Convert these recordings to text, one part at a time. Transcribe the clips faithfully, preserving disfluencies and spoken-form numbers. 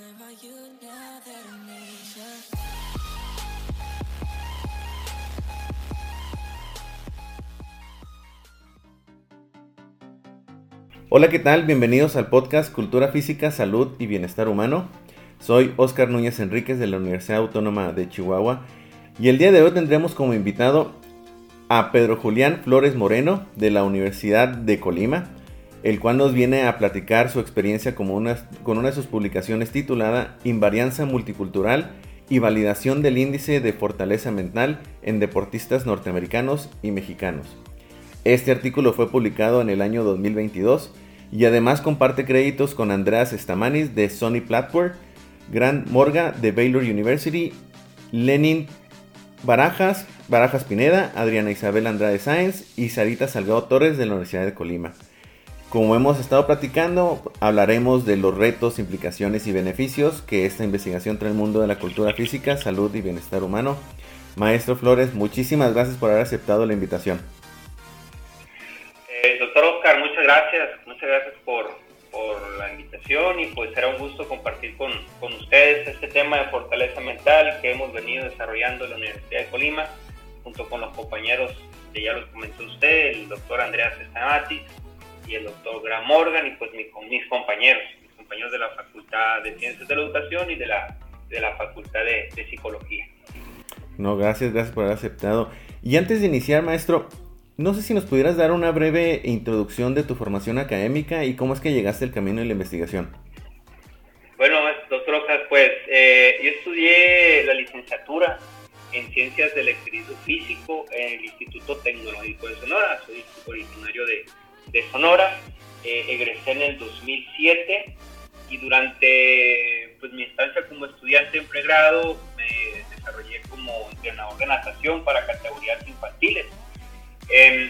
Never you know that I need you. Hola, ¿qué tal? Bienvenidos al podcast Cultura Física, Salud y Bienestar Humano. Soy Óscar Núñez Enríquez de la Universidad Autónoma de Chihuahua y el día de hoy tendremos como invitado a Pedro Julián Flores Moreno de la Universidad de Colima, el cual nos viene a platicar su experiencia como una, con una de sus publicaciones titulada Invarianza Multicultural y Validación del Índice de Fortaleza Mental en Deportistas Norteamericanos y Mexicanos. Este artículo fue publicado en el año dos mil veintidós y además comparte créditos con Andreas Stamanis de Sony Platform, Grant Morga de Baylor University, Lenin Barajas, Barajas Pineda, Adriana Isabel Andrade Sáenz y Sarita Salgado Torres de la Universidad de Colima. Como hemos estado platicando, hablaremos de los retos, implicaciones y beneficios que esta investigación trae al mundo de la cultura física, salud y bienestar humano. Maestro Flores, muchísimas gracias por haber aceptado la invitación. Eh, doctor Oscar, muchas gracias, muchas gracias por, por la invitación y pues será un gusto compartir con, con ustedes este tema de fortaleza mental que hemos venido desarrollando en la Universidad de Colima junto con los compañeros que ya los comentó usted, el doctor Andreas Stamanis y el doctor Grant Morgan y pues mi, con mis compañeros, mis compañeros de la Facultad de Ciencias de la Educación y de la, de la Facultad de, de Psicología. No, gracias, gracias por haber aceptado. Y antes de iniciar, maestro, no sé si nos pudieras dar una breve introducción de tu formación académica y cómo es que llegaste al camino de la investigación. Bueno, doctor Oscar, pues eh, yo estudié la licenciatura en Ciencias del Ejercicio Físico en el Instituto Tecnológico de Sonora. Soy originario de, de Sonora, eh, egresé en el dos mil siete y durante pues, mi estancia como estudiante en pregrado me desarrollé como entrenador de natación para categorías infantiles. Eh,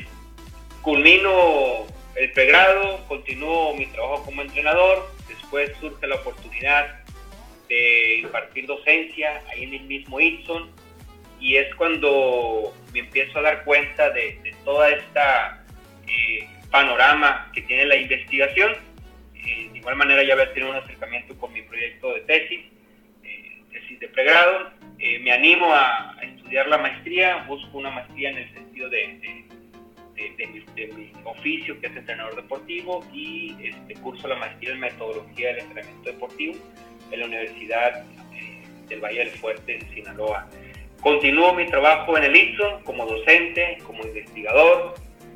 culmino el pregrado, continúo mi trabajo como entrenador, después surge la oportunidad de impartir docencia ahí en el mismo Itson y es cuando me empiezo a dar cuenta de, de toda esta eh, panorama que tiene la investigación. Eh, de igual manera ya había tenido un acercamiento con mi proyecto de tesis, eh, tesis de pregrado. Eh, me animo a, a estudiar la maestría, busco una maestría en el sentido de, de, de, de, mi, de mi oficio, que es entrenador deportivo, y este, curso la maestría en metodología del entrenamiento deportivo en la Universidad eh, del Valle del Fuerte en Sinaloa. Continúo mi trabajo en el Itson como docente, como investigador.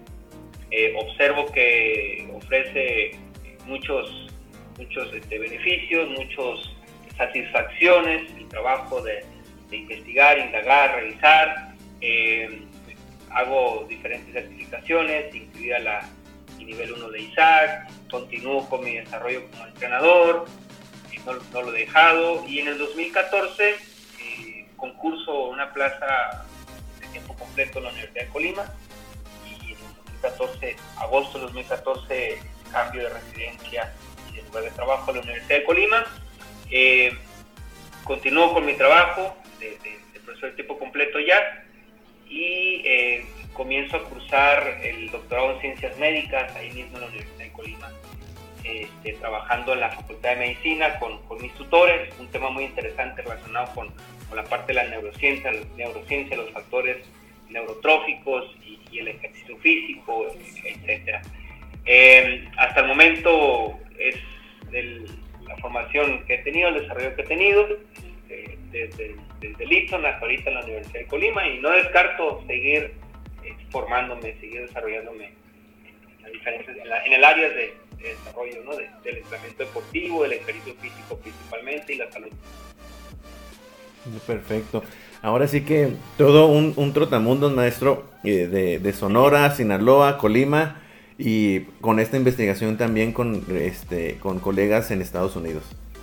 Eh, observo que ofrece muchos, muchos este, beneficios, muchas satisfacciones, el trabajo de de investigar, indagar, revisar. Eh, hago diferentes certificaciones, incluida la nivel uno de I S A C, continúo con mi desarrollo como entrenador, eh, no, no lo he dejado, y en el dos mil catorce eh, concurso una plaza de tiempo completo en la Universidad de Colima, y en el dos mil catorce, agosto de dos mil catorce, cambio de residencia y de lugar de trabajo a la Universidad de Colima. Eh, continúo con mi trabajo de, de, de profesor de tiempo completo ya y eh, comienzo a cursar el doctorado en ciencias médicas ahí mismo en la Universidad de Colima, este, trabajando en la Facultad de Medicina con, con mis tutores, un tema muy interesante relacionado con, con la parte de la neurociencia, la neurociencia, los factores neurotróficos y, y el ejercicio físico, etcétera. Eh, hasta el momento es el, la formación que he tenido, el desarrollo que he tenido, eh, desde, desde el Itson hasta ahorita en la Universidad de Colima, y no descarto seguir eh, formándome, seguir desarrollándome en, diferentes, en, la, en el área de, de desarrollo, ¿no? de, del entrenamiento deportivo, del ejercicio físico principalmente y la salud. Perfecto. Ahora sí que todo un, un trotamundos, maestro, eh, de, de Sonora, Sinaloa, Colima, y con esta investigación también con, este, con colegas en Estados Unidos.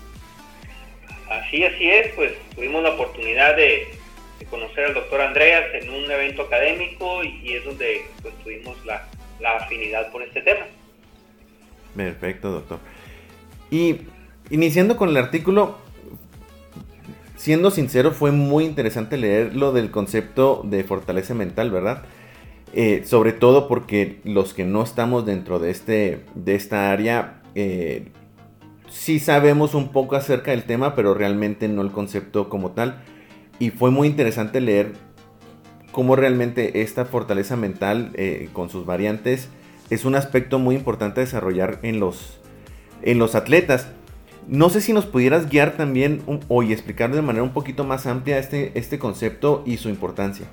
Así, así es, pues tuvimos la oportunidad de, de conocer al doctor Andreas en un evento académico y, y es donde pues, tuvimos la, la afinidad por este tema. Perfecto, doctor. Y iniciando con el artículo, siendo sincero, fue muy interesante leer lo del concepto de fortaleza mental, ¿verdad? Eh, sobre todo porque los que no estamos dentro de, este, de esta área, eh, sí sabemos un poco acerca del tema, pero realmente no el concepto como tal. Y fue muy interesante leer cómo realmente esta fortaleza mental, eh, con sus variantes, es un aspecto muy importante a desarrollar en los, en los atletas. No sé si nos pudieras guiar también un, o y explicar de manera un poquito más amplia este, este concepto y su importancia.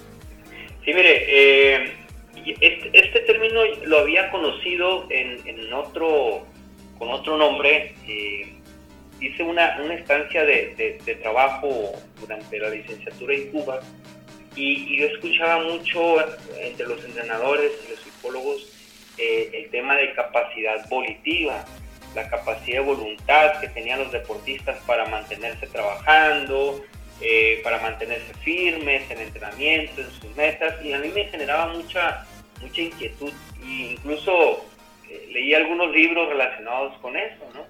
Sí, mire, eh, este, este término lo había conocido en, en otro, con otro nombre. Eh, hice una, una estancia de, de, de trabajo durante la licenciatura en Cuba y, y yo escuchaba mucho entre los entrenadores y los psicólogos eh, el tema de capacidad volitiva, la capacidad de voluntad que tenían los deportistas para mantenerse trabajando, eh, para mantenerse firmes en entrenamiento, en sus metas, y a mí me generaba mucha, mucha inquietud, e incluso eh, leí algunos libros relacionados con eso, ¿no?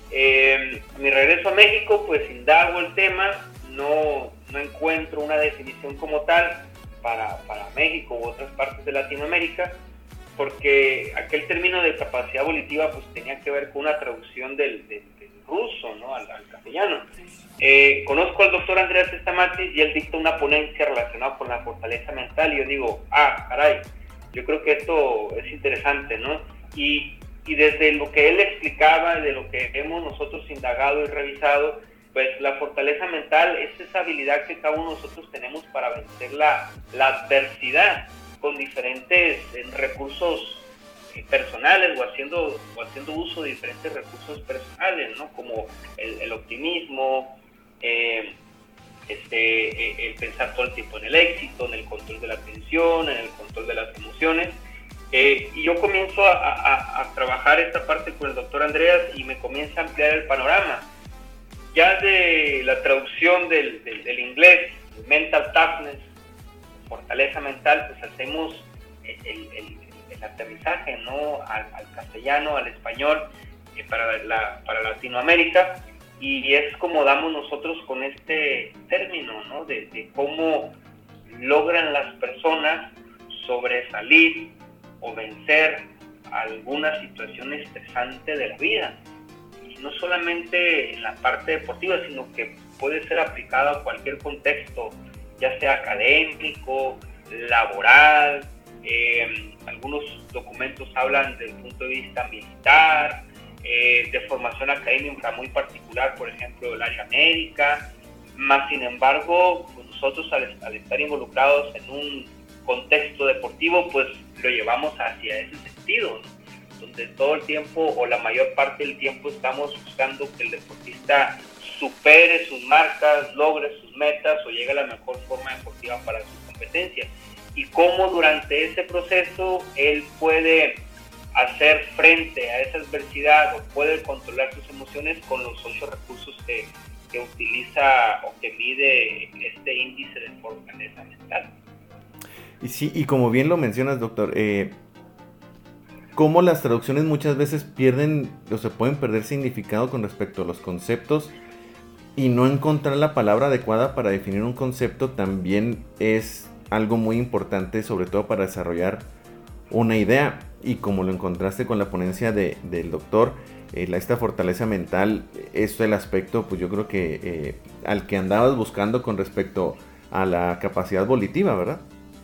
Eh, a mi regreso a México, pues indago el tema, no, no encuentro una definición como tal para, para México u otras partes de Latinoamérica, porque aquel término de capacidad volitiva pues tenía que ver con una traducción del, del, del ruso, ¿no? al, al castellano. Eh, conozco al doctor Andreas Stamatis y él dicta una ponencia relacionada con la fortaleza mental y yo digo, ah, caray, yo creo que esto es interesante, ¿no? Y, y desde lo que él explicaba, de lo que hemos nosotros indagado y revisado, pues la fortaleza mental es esa habilidad que cada uno de nosotros tenemos para vencer la, la adversidad con diferentes eh, recursos eh, personales o haciendo, o haciendo uso de diferentes recursos personales, ¿no? Como el, el optimismo, eh, este, eh, el pensar todo el tiempo en el éxito, en el control de la atención, en el control de las emociones. Eh, y yo comienzo a, a, a trabajar esta parte con el doctor Andreas y me comienza a ampliar el panorama. Ya de la traducción del, del, del inglés, mental toughness, fortaleza mental, pues hacemos el, el, el aterrizaje, ¿no? al, al castellano, al español, eh, para, la, para Latinoamérica, y es como damos nosotros con este término, ¿no? de, de cómo logran las personas sobresalir o vencer alguna situación estresante de la vida. Y no solamente en la parte deportiva, sino que puede ser aplicado a cualquier contexto, ya sea académico, laboral, eh, algunos documentos hablan desde el punto de vista militar, eh, de formación académica muy particular, por ejemplo, el área médica, más sin embargo, pues nosotros al, al estar involucrados en un contexto deportivo, pues lo llevamos hacia ese sentido, ¿no? Donde todo el tiempo o la mayor parte del tiempo estamos buscando que el deportista supere sus marcas, logre sus metas o llegue a la mejor forma deportiva para su competencia. Y cómo durante ese proceso él puede hacer frente a esa adversidad o puede controlar sus emociones con los ocho recursos que, que utiliza o que mide este índice de fortaleza mental. Y sí, y como bien lo mencionas, doctor, eh, cómo las traducciones muchas veces pierden o se pueden perder significado con respecto a los conceptos, y no encontrar la palabra adecuada para definir un concepto también es algo muy importante, sobre todo para desarrollar una idea. Y como lo encontraste con la ponencia de, del doctor, eh, la, esta fortaleza mental, esto el aspecto, pues yo creo que eh, al que andabas buscando con respecto a la capacidad volitiva, ¿verdad?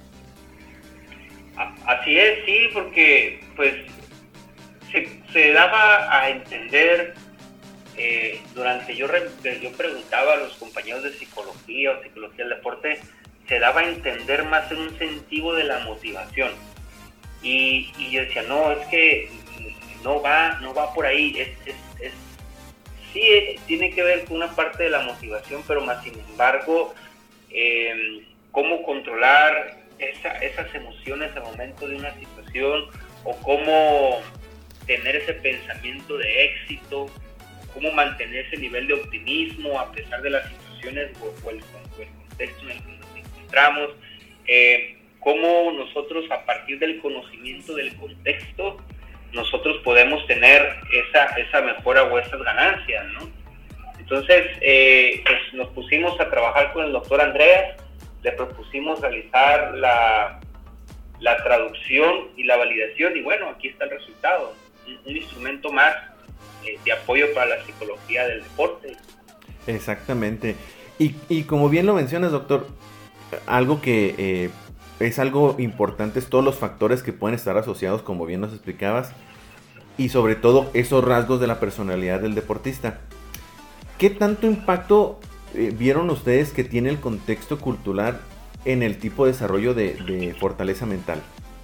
Así es, sí, porque pues se, se daba a entender, eh, durante yo, yo preguntaba a los compañeros de psicología o psicología del deporte, se daba a entender más en un sentido de la motivación. Y, y yo decía, no, es que no va, no va por ahí, es, es, es, sí es, tiene que ver con una parte de la motivación, pero más sin embargo, eh, cómo controlar esa, esas emociones al momento de una situación, o cómo tener ese pensamiento de éxito, cómo mantener ese nivel de optimismo a pesar de las situaciones o, o, el, o el contexto en el que nos encontramos, eh, cómo nosotros a partir del conocimiento del contexto nosotros podemos tener esa, esa mejora o esas ganancias, ¿no? Entonces eh, pues nos pusimos a trabajar con el doctor Andreas, le propusimos realizar la, la traducción y la validación, y bueno, aquí está el resultado, un, un instrumento más eh, de apoyo para la psicología del deporte. Exactamente. Y, y como bien lo mencionas, doctor, algo que eh, es algo importante es todos los factores que pueden estar asociados, como bien nos explicabas, y sobre todo esos rasgos de la personalidad del deportista. ¿Qué tanto impacto eh, vieron ustedes que tiene el contexto cultural en el tipo de desarrollo de, de fortaleza mental?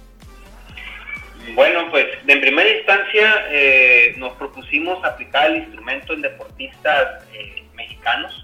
Bueno, pues en primera instancia eh, nos propusimos aplicar el instrumento en deportistas eh, mexicanos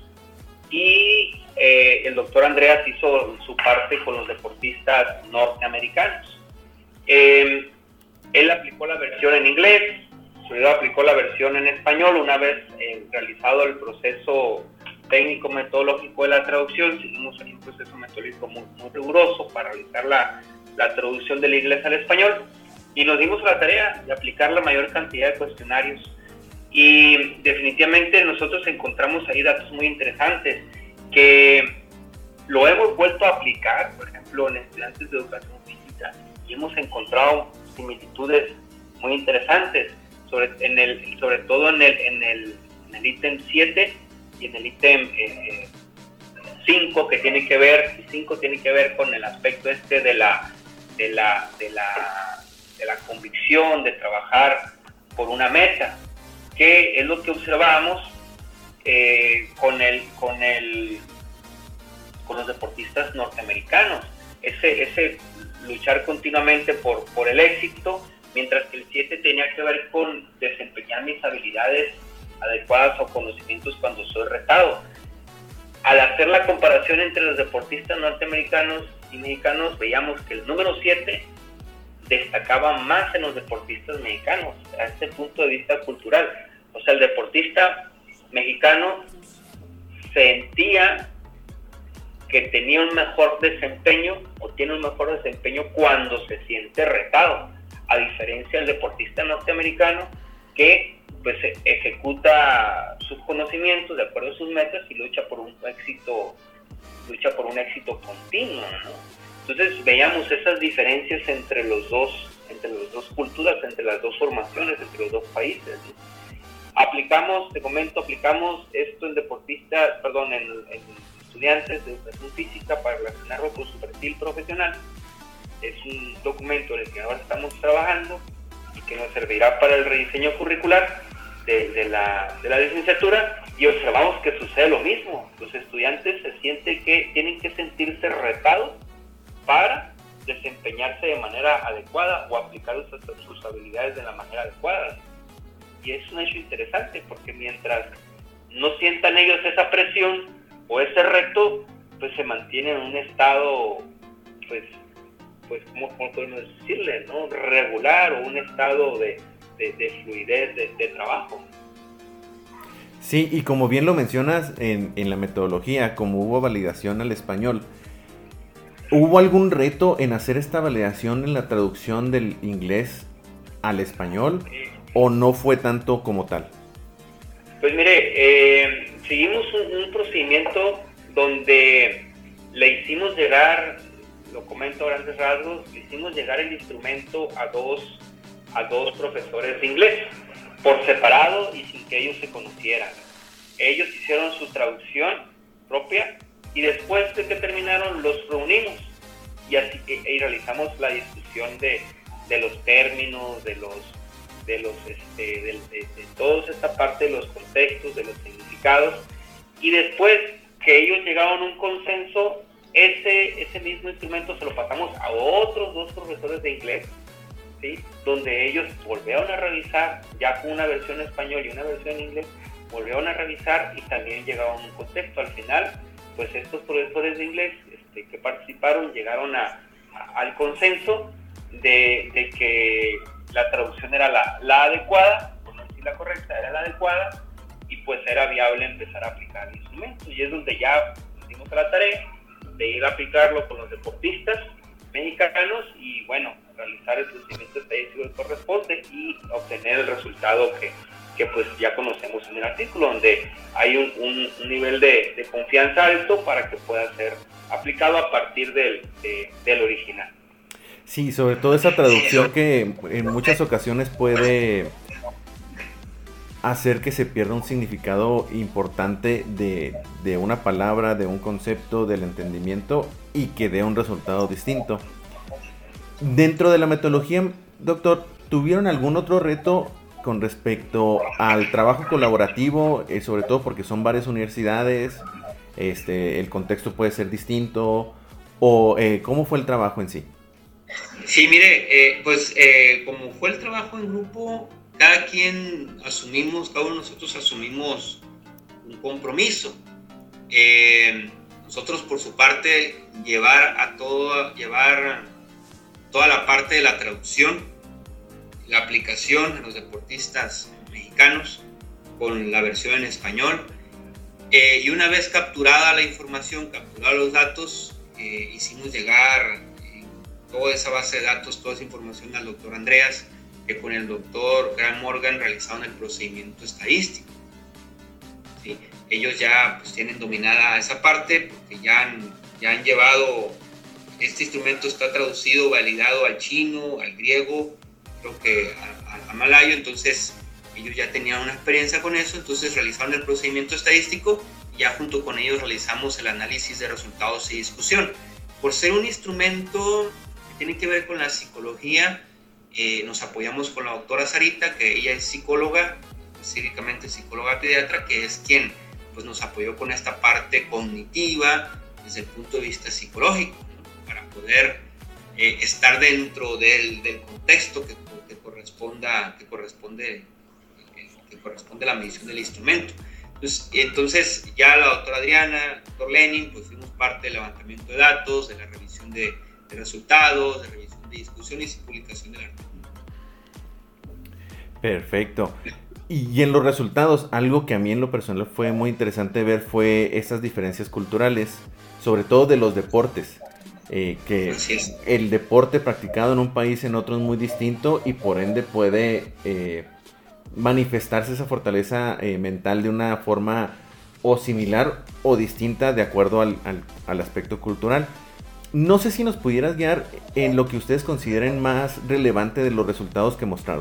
y eh, el doctor Andreas hizo su parte con los deportistas norteamericanos. Eh, él aplicó la versión en inglés, luego aplicó la versión en español. Una vez eh, realizado el proceso técnico metodológico de la traducción, seguimos en un proceso metodológico muy, muy riguroso para realizar la, la traducción del inglés al español. Y nos dimos la tarea de aplicar la mayor cantidad de cuestionarios. Y definitivamente nosotros encontramos ahí datos muy interesantes que lo hemos vuelto a aplicar, por ejemplo, en estudiantes de educación física, y hemos encontrado similitudes muy interesantes, sobre, en el, sobre todo en el, en el, en el ítem siete y en el ítem eh, cinco, que tiene que ver, y cinco tiene que ver con el aspecto este de la, de la, de la de la convicción, de trabajar por una meta, que es lo que observamos eh, con, el, con, el, con los deportistas norteamericanos, ese, ese luchar continuamente por, por el éxito, mientras que el siete tenía que ver con desempeñar mis habilidades adecuadas o conocimientos cuando soy retado. Al hacer la comparación entre los deportistas norteamericanos y mexicanos, veíamos que el número siete destacaba más en los deportistas mexicanos, a este punto de vista cultural. O sea, el deportista mexicano sentía que tenía un mejor desempeño o tiene un mejor desempeño cuando se siente retado, a diferencia del deportista norteamericano que pues ejecuta sus conocimientos de acuerdo a sus metas y lucha por un éxito, lucha por un éxito continuo, ¿no? Entonces veíamos esas diferencias entre los dos, entre las dos culturas, entre las dos formaciones, entre los dos países, ¿no? Aplicamos, te comento, aplicamos esto en deportistas, perdón, en, en estudiantes de educación física para relacionarlo con su perfil profesional. Es un documento en el que ahora estamos trabajando y que nos servirá para el rediseño curricular de, de, la, de la licenciatura, y observamos que sucede lo mismo. Los estudiantes se sienten que tienen que sentirse retados para desempeñarse de manera adecuada o aplicar sus, sus habilidades de la manera adecuada. Y es un hecho interesante porque mientras no sientan ellos esa presión o ese reto, pues se mantienen en un estado, pues, pues ¿cómo, cómo podemos decirle, ¿no? regular, o un estado de, de, de fluidez de, de trabajo. Sí, y como bien lo mencionas en, en la metodología, como hubo validación al español, ¿hubo algún reto en hacer esta validación en la traducción del inglés al español o no fue tanto como tal? Pues mire, eh, seguimos un, un procedimiento donde le hicimos llegar, lo comento a grandes rasgos, le hicimos llegar el instrumento a dos, a dos profesores de inglés, por separado y sin que ellos se conocieran. Ellos hicieron su traducción propia y después de que terminaron los reunimos y así y, y realizamos la discusión de, de los términos, de los de los este, de, de, de toda esta parte de los contextos, de los significados, y después que ellos llegaron a un consenso, ese ese mismo instrumento se lo pasamos a otros dos profesores de inglés, ¿sí? Donde ellos volvieron a revisar ya con una versión en español y una versión en inglés, volvieron a revisar y también llegaron a un contexto. Al final, pues estos profesores de inglés este, que participaron llegaron a, a, al consenso de, de que la traducción era la, la adecuada, por no decir la correcta, era la adecuada, y pues era viable empezar a aplicar el instrumento. Y es donde ya hicimos la tarea de ir a aplicarlo con los deportistas mexicanos y bueno, realizar el procedimiento estadístico que corresponde y obtener el resultado que, que pues ya conocemos en el artículo, donde hay un, un, un nivel de, de confianza alto para que pueda ser aplicado a partir del, de, del original. Sí, sobre todo esa traducción que en muchas ocasiones puede hacer que se pierda un significado importante de, de una palabra, de un concepto, del entendimiento y que dé un resultado distinto. Dentro de la metodología, doctor, ¿tuvieron algún otro reto con respecto al trabajo colaborativo, eh, sobre todo porque son varias universidades, este, el contexto puede ser distinto, o eh, cómo fue el trabajo en sí? Sí, mire, eh, pues eh, como fue el trabajo en grupo, cada quien asumimos, cada uno de nosotros asumimos un compromiso. Eh, nosotros por su parte llevar a todo, llevar toda la parte de la traducción, la aplicación a los deportistas mexicanos con la versión en español, eh, y una vez capturada la información, capturados los datos, eh, hicimos llegar eh, toda esa base de datos, toda esa información al doctor Andreas, que con el doctor Grant Morgan realizaron el procedimiento estadístico. ¿Sí? Ellos ya pues, tienen dominada esa parte porque ya han, ya han llevado, este instrumento está traducido, validado al chino, al griego, creo que a, a, a malayo, entonces ellos ya tenían una experiencia con eso, entonces realizaron el procedimiento estadístico y ya junto con ellos realizamos el análisis de resultados y discusión. Por ser un instrumento que tiene que ver con la psicología, eh, nos apoyamos con la doctora Sarita, que ella es psicóloga, específicamente psicóloga pediatra, que es quien pues, nos apoyó con esta parte cognitiva desde el punto de vista psicológico, ¿no? Para poder eh, estar dentro del, del contexto que, que, corresponda, que, corresponde, que corresponde a la medición del instrumento. Entonces, entonces ya la doctora Adriana, el doctor Lenin, pues fuimos parte del levantamiento de datos, de la revisión de, de resultados, de revisión de discusiones y publicación del artículo. Perfecto. Y en los resultados, algo que a mí en lo personal fue muy interesante ver fue estas diferencias culturales, sobre todo de los deportes. Eh, que el deporte practicado en un país en otro es muy distinto y por ende puede eh, manifestarse esa fortaleza eh, mental de una forma o similar o distinta de acuerdo al, al, al aspecto cultural. No sé si nos pudieras guiar en lo que ustedes consideren más relevante de los resultados que mostraron.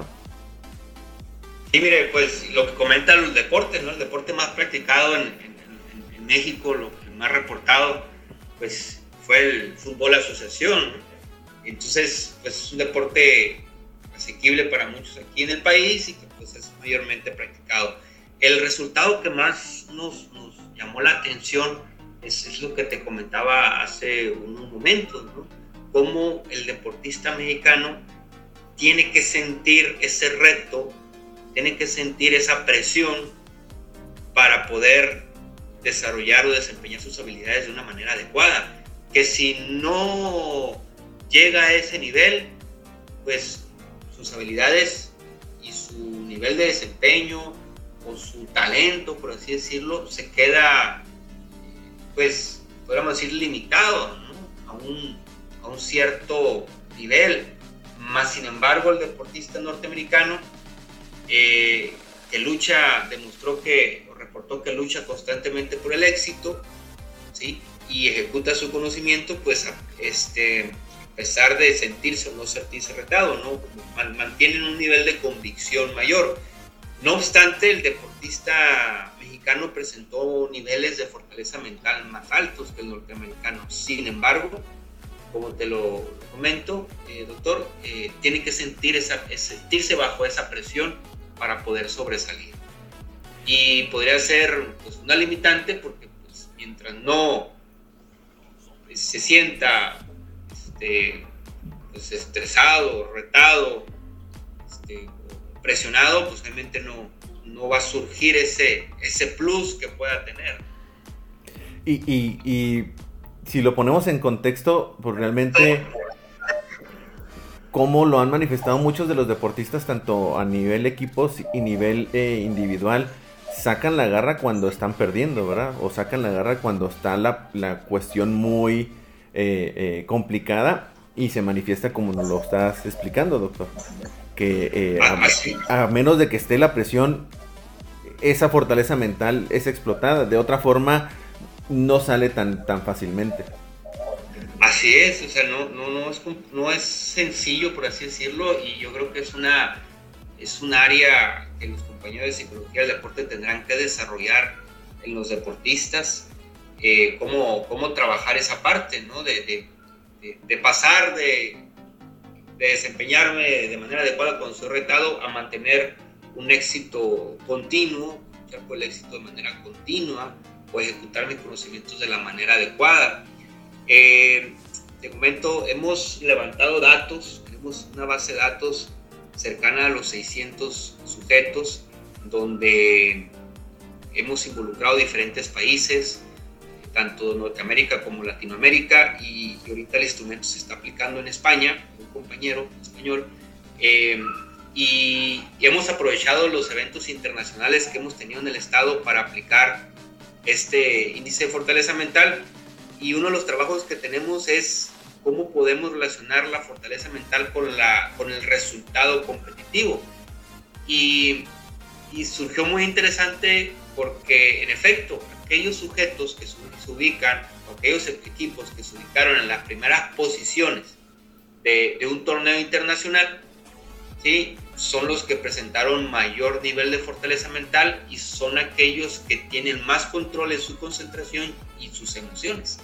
Sí, mire, pues lo que comentan los deportes, ¿no? El deporte más practicado en, en, en México, lo que más reportado, pues fue el fútbol asociación, ¿no? Entonces, pues es un deporte asequible para muchos aquí en el país y que pues es mayormente practicado. El resultado que más nos, nos llamó la atención es, es lo que te comentaba hace unos momentos, ¿no? Cómo el deportista mexicano tiene que sentir ese reto, tiene que sentir esa presión para poder desarrollar o desempeñar sus habilidades de una manera adecuada. Que si no llega a ese nivel, pues sus habilidades y su nivel de desempeño o su talento, por así decirlo, se queda, pues, podríamos decir, limitado, ¿no? a, un, a un cierto nivel. Más sin embargo, el deportista norteamericano eh, que lucha, demostró que, o reportó que lucha constantemente por el éxito, ¿sí? Y ejecuta su conocimiento, pues este, a pesar de sentirse o no sentirse retado, ¿no? Mantienen un nivel de convicción mayor. No obstante, el deportista mexicano presentó niveles de fortaleza mental más altos que el norteamericano. Sin embargo, como te lo comento, eh, doctor, eh, tiene que sentir esa, sentirse bajo esa presión para poder sobresalir. Y podría ser pues, una limitante porque pues, mientras no se sienta este, pues, estresado, retado, este, presionado, pues obviamente no, no va a surgir ese, ese plus que pueda tener. Y, y, y si lo ponemos en contexto, pues realmente cómo lo han manifestado muchos de los deportistas, tanto a nivel equipos y nivel eh, individual, sacan la garra cuando están perdiendo, ¿verdad? O sacan la garra cuando está la, la cuestión muy eh, eh, complicada y se manifiesta como nos lo estás explicando, doctor. Que eh, a, a menos de que esté la presión, esa fortaleza mental es explotada. De otra forma, no sale tan, tan fácilmente. Así es, o sea, no, no, no, es, no es sencillo, por así decirlo, y yo creo que es una es un área que los compañeros de psicología del deporte tendrán que desarrollar en los deportistas, eh, cómo, cómo trabajar esa parte, ¿no? de, de, de, de pasar de, de desempeñarme de manera adecuada cuando soy retado a mantener un éxito continuo, buscar por el éxito de manera continua o ejecutar mis conocimientos de la manera adecuada. Eh, te comento, hemos levantado datos, tenemos una base de datos cercana a los seiscientos sujetos, donde hemos involucrado diferentes países, tanto Norteamérica como Latinoamérica, y, y ahorita el instrumento se está aplicando en España, un compañero español, eh, y, y hemos aprovechado los eventos internacionales que hemos tenido en el estado para aplicar este índice de fortaleza mental, y uno de los trabajos que tenemos es cómo podemos relacionar la fortaleza mental con, la, con el resultado competitivo. Y, y surgió muy interesante porque, en efecto, aquellos sujetos que se ubican, aquellos equipos que se ubicaron en las primeras posiciones de, de un torneo internacional, ¿sí?, son los que presentaron mayor nivel de fortaleza mental y son aquellos que tienen más control en su concentración y sus emociones.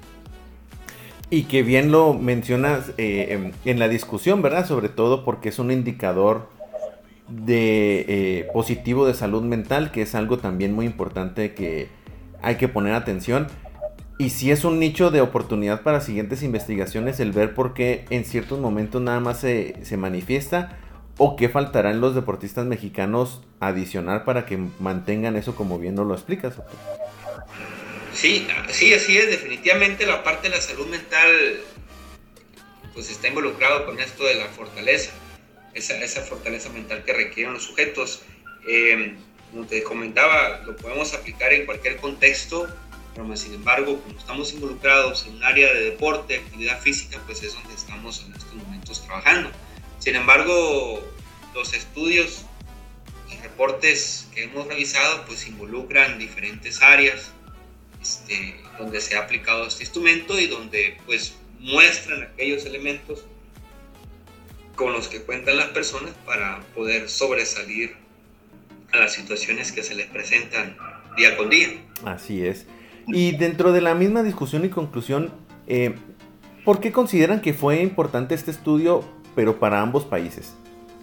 Y que bien lo mencionas eh, en, en la discusión, ¿verdad? Sobre todo porque es un indicador de eh, positivo de salud mental, que es algo también muy importante que hay que poner atención. Y sí es un nicho de oportunidad para siguientes investigaciones el ver por qué en ciertos momentos nada más se, se manifiesta, o qué faltará en los deportistas mexicanos adicionar para que mantengan eso, como bien nos lo explicas, doctor. Sí, sí, así es. Definitivamente la parte de la salud mental pues está involucrado con esto de la fortaleza, esa, esa fortaleza mental que requieren los sujetos. Eh, como te comentaba, lo podemos aplicar en cualquier contexto, pero más sin embargo, como estamos involucrados en un área de deporte, actividad física, pues es donde estamos en estos momentos trabajando. Sin embargo, los estudios y reportes que hemos revisado pues involucran diferentes áreas este, donde se ha aplicado este instrumento y donde pues muestran aquellos elementos con los que cuentan las personas para poder sobresalir a las situaciones que se les presentan día con día. Así es. Y dentro de la misma discusión y conclusión, eh, ¿por qué consideran que fue importante este estudio, pero para ambos países?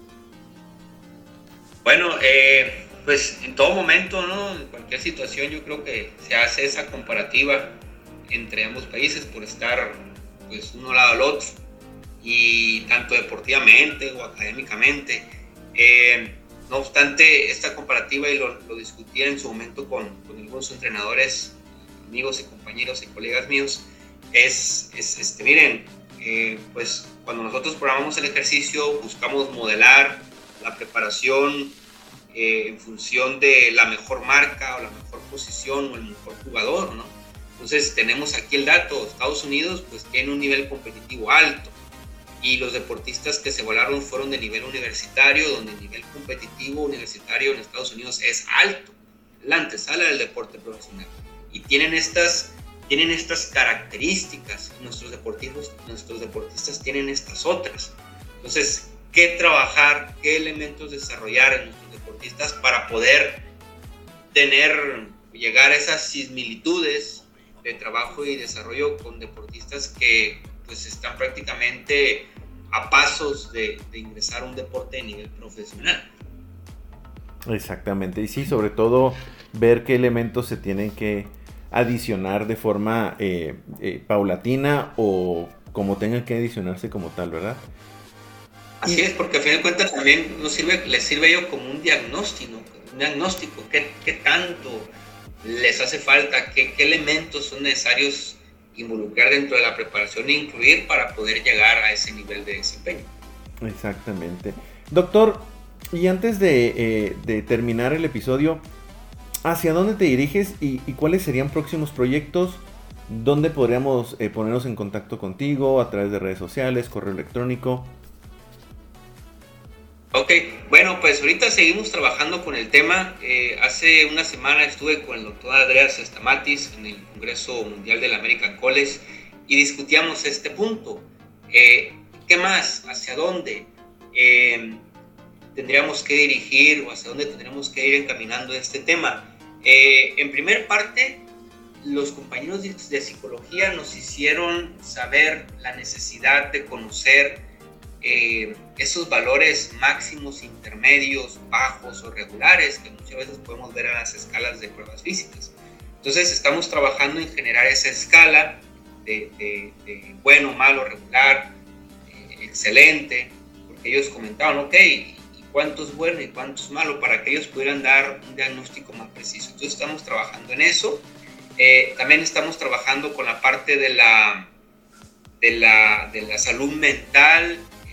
Bueno, eh, pues en todo momento, ¿no?, en cualquier situación yo creo que se hace esa comparativa entre ambos países por estar pues uno al lado del otro, y tanto deportivamente o académicamente. Eh, no obstante, esta comparativa, y lo, lo discutí en su momento con, con algunos entrenadores, amigos y compañeros y colegas míos, es, es este, miren, eh, pues cuando nosotros programamos el ejercicio buscamos modelar la preparación eh, en función de la mejor marca o la mejor posición o el mejor jugador, ¿no? Entonces tenemos aquí el dato, Estados Unidos pues tiene un nivel competitivo alto, y los deportistas que se volaron fueron de nivel universitario, donde el nivel competitivo universitario en Estados Unidos es alto, la antesala del deporte profesional, y tienen estas, tienen estas características. Nuestros deportistas, nuestros deportistas tienen estas otras. Entonces, ¿qué trabajar, qué elementos desarrollar en nuestros deportistas para poder tener, llegar a esas similitudes de trabajo y desarrollo con deportistas que pues están prácticamente a pasos de, de ingresar a un deporte de nivel profesional? Exactamente, y sí, sobre todo ver qué elementos se tienen que adicionar de forma eh, eh, paulatina, o como tengan que adicionarse como tal, ¿verdad? Así es, porque a fin de cuentas también nos sirve, les sirve a ellos como un diagnóstico, un diagnóstico, ¿qué, qué tanto les hace falta, qué, qué elementos son necesarios involucrar dentro de la preparación e incluir para poder llegar a ese nivel de desempeño? Exactamente. Doctor, y antes de, eh, de terminar el episodio, ¿hacia dónde te diriges y, y cuáles serían próximos proyectos? ¿Dónde podríamos eh, ponernos en contacto contigo? ¿A través de redes sociales, correo electrónico? Ok, bueno, pues ahorita seguimos trabajando con el tema. Eh, hace una semana estuve con el doctor Andreas Stamatis en el Congreso Mundial del American College y discutíamos este punto. Eh, ¿Qué más? ¿Hacia dónde? Eh, tendríamos que dirigir o hacia dónde tendríamos que ir encaminando este tema. Eh, en primer parte, los compañeros de, de psicología nos hicieron saber la necesidad de conocer eh, esos valores máximos, intermedios, bajos o regulares que muchas veces podemos ver en las escalas de pruebas físicas. Entonces estamos trabajando en generar esa escala de, de, de bueno, malo, regular, eh, excelente, porque ellos comentaban, ok, ¿y cuánto es bueno y cuánto es malo? Para que ellos pudieran dar un diagnóstico más preciso. Entonces estamos trabajando en eso. Eh, también estamos trabajando con la parte de la, de la, de la salud mental en,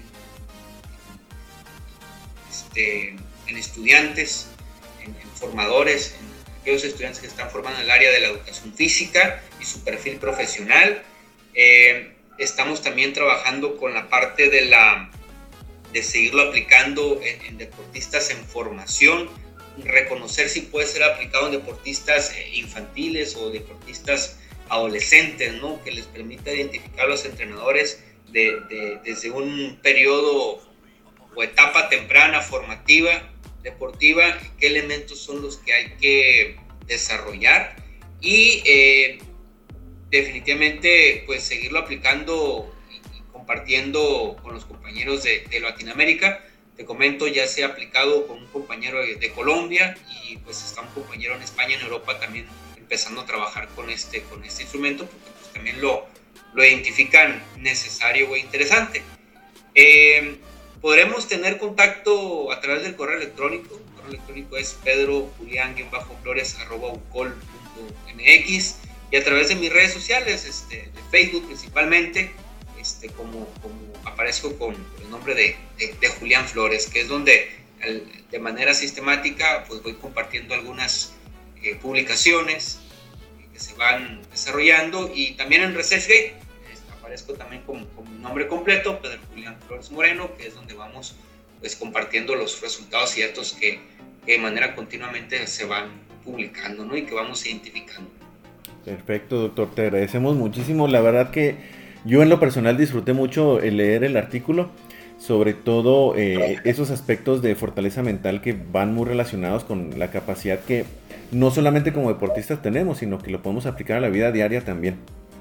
este, en estudiantes, en, en formadores, en aquellos estudiantes que están formando en el área de la educación física y su perfil profesional. Eh, estamos también trabajando con la parte de, la, de seguirlo aplicando en, en deportistas en formación, reconocer si puede ser aplicado en deportistas infantiles o deportistas adolescentes, ¿no? Que les permita identificar a los entrenadores de, de, desde un periodo o etapa temprana formativa, deportiva, qué elementos son los que hay que desarrollar y eh, definitivamente pues seguirlo aplicando y, y compartiendo con los compañeros de, de Latinoamérica. Te comento, ya se ha aplicado con un compañero de, de Colombia y pues está un compañero en España, en Europa también empezando a trabajar con este, con este instrumento porque pues también lo, lo identifican necesario o interesante. Eh, podremos tener contacto a través del correo electrónico. El correo electrónico es pedro julián flores arroba u c o l punto m x y a través de mis redes sociales, este, de Facebook principalmente, este, como, como aparezco con el nombre de, de, de Julián Flores, que es donde el, de manera sistemática pues voy compartiendo algunas eh, publicaciones eh, que se van desarrollando, y también en ResearchGate eh, aparezco también con, con mi nombre completo, Pedro Julián Flores Moreno, que es donde vamos pues compartiendo los resultados y datos que, que de manera continuamente se van publicando, ¿no? Y que vamos identificando. Perfecto, doctor, te agradecemos muchísimo. La verdad que yo en lo personal disfruté mucho el leer el artículo, sobre todo eh, esos aspectos de fortaleza mental que van muy relacionados con la capacidad que no solamente como deportistas tenemos, sino que lo podemos aplicar a la vida diaria también.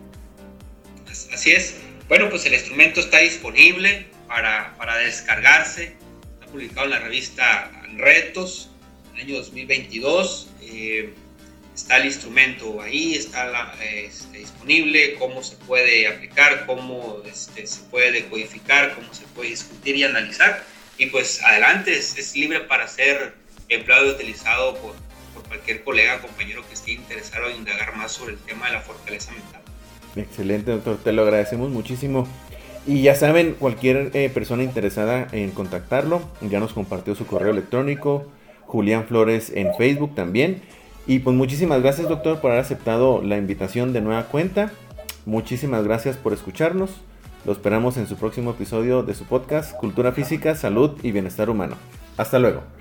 Así es. Bueno, pues el instrumento está disponible para, para descargarse. Está publicado en la revista Retos, en el año dos mil veintidós. Eh, Está el instrumento ahí, está la, este, disponible, cómo se puede aplicar, cómo este, se puede decodificar, cómo se puede discutir y analizar. Y pues adelante, es, es libre para ser empleado y utilizado por, por cualquier colega, compañero que esté interesado en indagar más sobre el tema de la fortaleza mental. Excelente, doctor, te lo agradecemos muchísimo. Y ya saben, cualquier eh, persona interesada en contactarlo, ya nos compartió su correo electrónico, Julián Flores en Facebook también. Y pues muchísimas gracias, doctor, por haber aceptado la invitación de nueva cuenta. Muchísimas gracias por escucharnos. Lo esperamos en su próximo episodio de su podcast Cultura Física, Salud y Bienestar Humano. Hasta luego.